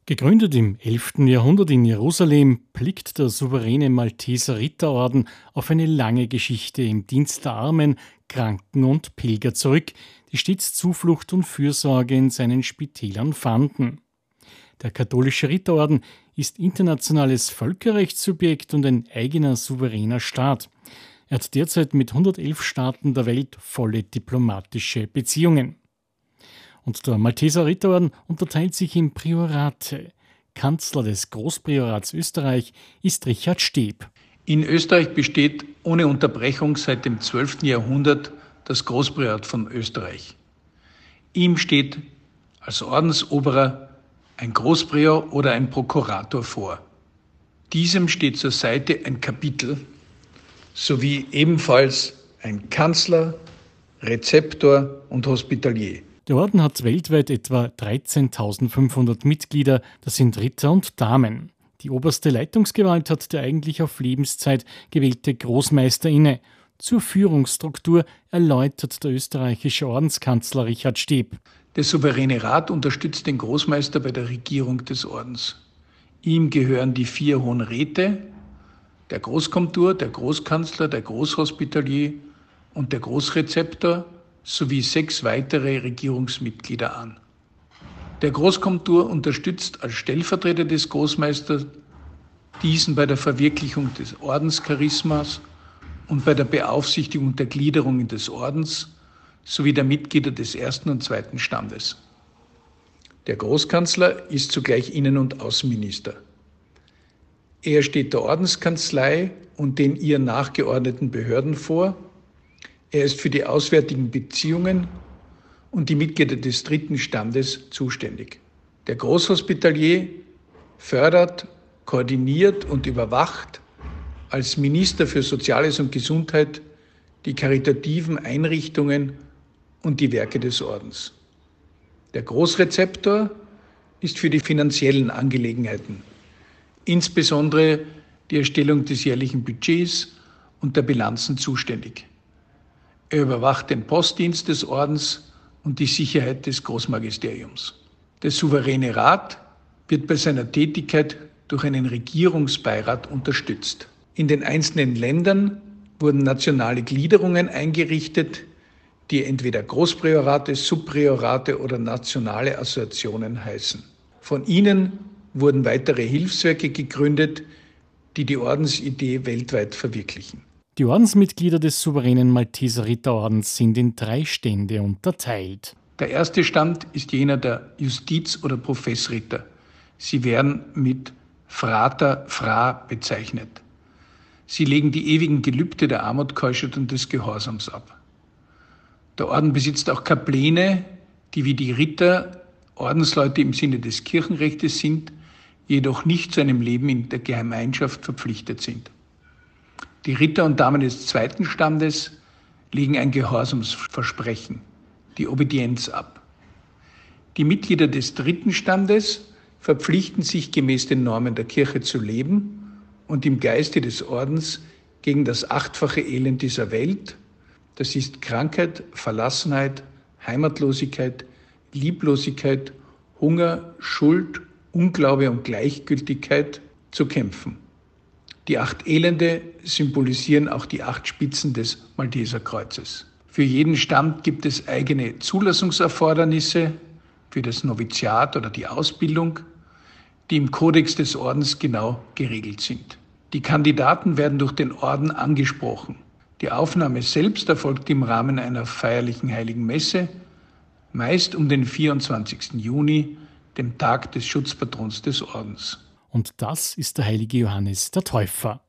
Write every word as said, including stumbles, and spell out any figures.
Gegründet im elften Jahrhundert in Jerusalem, blickt der souveräne Malteser Ritterorden auf eine lange Geschichte im Dienst der Armen, Kranken und Pilger zurück, die stets Zuflucht und Fürsorge in seinen Spitälern fanden. Der katholische Ritterorden ist internationales Völkerrechtssubjekt und ein eigener souveräner Staat. Er hat derzeit mit hundertelf Staaten der Welt volle diplomatische Beziehungen. Und der Malteser Ritterorden unterteilt sich in Priorate. Kanzler des Großpriorats Österreich ist Richard Steeb. In Österreich besteht ohne Unterbrechung seit dem zwölften Jahrhundert das Großpriorat von Österreich. Ihm steht als Ordensoberer ein Großprior oder ein Prokurator vor. Diesem steht zur Seite ein Kapitel sowie ebenfalls ein Kanzler, Rezeptor und Hospitalier. Der Orden hat weltweit etwa dreizehntausendfünfhundert Mitglieder, das sind Ritter und Damen. Die oberste Leitungsgewalt hat der eigentlich auf Lebenszeit gewählte Großmeister inne. Zur Führungsstruktur erläutert der österreichische Ordenskanzler Richard Steeb. Der Souveräne Rat unterstützt den Großmeister bei der Regierung des Ordens. Ihm gehören die vier Hohen Räte, der Großkomtur, der Großkanzler, der Großhospitalier und der Großrezeptor sowie sechs weitere Regierungsmitglieder an. Der Großkomtur unterstützt als Stellvertreter des Großmeisters diesen bei der Verwirklichung des Ordenscharismas und bei der Beaufsichtigung der Gliederungen des Ordens sowie der Mitglieder des ersten und zweiten Standes. Der Großkanzler ist zugleich Innen- und Außenminister. Er steht der Ordenskanzlei und den ihr nachgeordneten Behörden vor. Er ist für die auswärtigen Beziehungen und die Mitglieder des dritten Standes zuständig. Der Großhospitalier fördert, koordiniert und überwacht als Minister für Soziales und Gesundheit die karitativen Einrichtungen und die Werke des Ordens. Der Großrezeptor ist für die finanziellen Angelegenheiten, insbesondere die Erstellung des jährlichen Budgets und der Bilanzen zuständig. Er überwacht den Postdienst des Ordens und die Sicherheit des Großmagisteriums. Der Souveräne Rat wird bei seiner Tätigkeit durch einen Regierungsbeirat unterstützt. In den einzelnen Ländern wurden nationale Gliederungen eingerichtet, die entweder Großpriorate, Subpriorate oder nationale Assoziationen heißen. Von ihnen wurden weitere Hilfswerke gegründet, die die Ordensidee weltweit verwirklichen. Die Ordensmitglieder des souveränen Malteser Ritterordens sind in drei Stände unterteilt. Der erste Stand ist jener der Justiz- oder Professritter. Sie werden mit Frater, Fra bezeichnet. Sie legen die ewigen Gelübde der Armut, Keuschheit und des Gehorsams ab. Der Orden besitzt auch Kapläne, die wie die Ritter Ordensleute im Sinne des Kirchenrechts sind, jedoch nicht zu einem Leben in der Gemeinschaft verpflichtet sind. Die Ritter und Damen des zweiten Standes legen ein Gehorsamsversprechen, die Obedienz ab. Die Mitglieder des dritten Standes verpflichten sich gemäß den Normen der Kirche zu leben und im Geiste des Ordens gegen das achtfache Elend dieser Welt, das ist Krankheit, Verlassenheit, Heimatlosigkeit, Lieblosigkeit, Hunger, Schuld, Unglaube und Gleichgültigkeit, zu kämpfen. Die acht Elende symbolisieren auch die acht Spitzen des Malteser Kreuzes. Für jeden Stand gibt es eigene Zulassungserfordernisse für das Noviziat oder die Ausbildung, die im Kodex des Ordens genau geregelt sind. Die Kandidaten werden durch den Orden angesprochen. Die Aufnahme selbst erfolgt im Rahmen einer feierlichen Heiligen Messe, meist um den vierundzwanzigsten Juni, dem Tag des Schutzpatrons des Ordens. Und das ist der heilige Johannes der Täufer.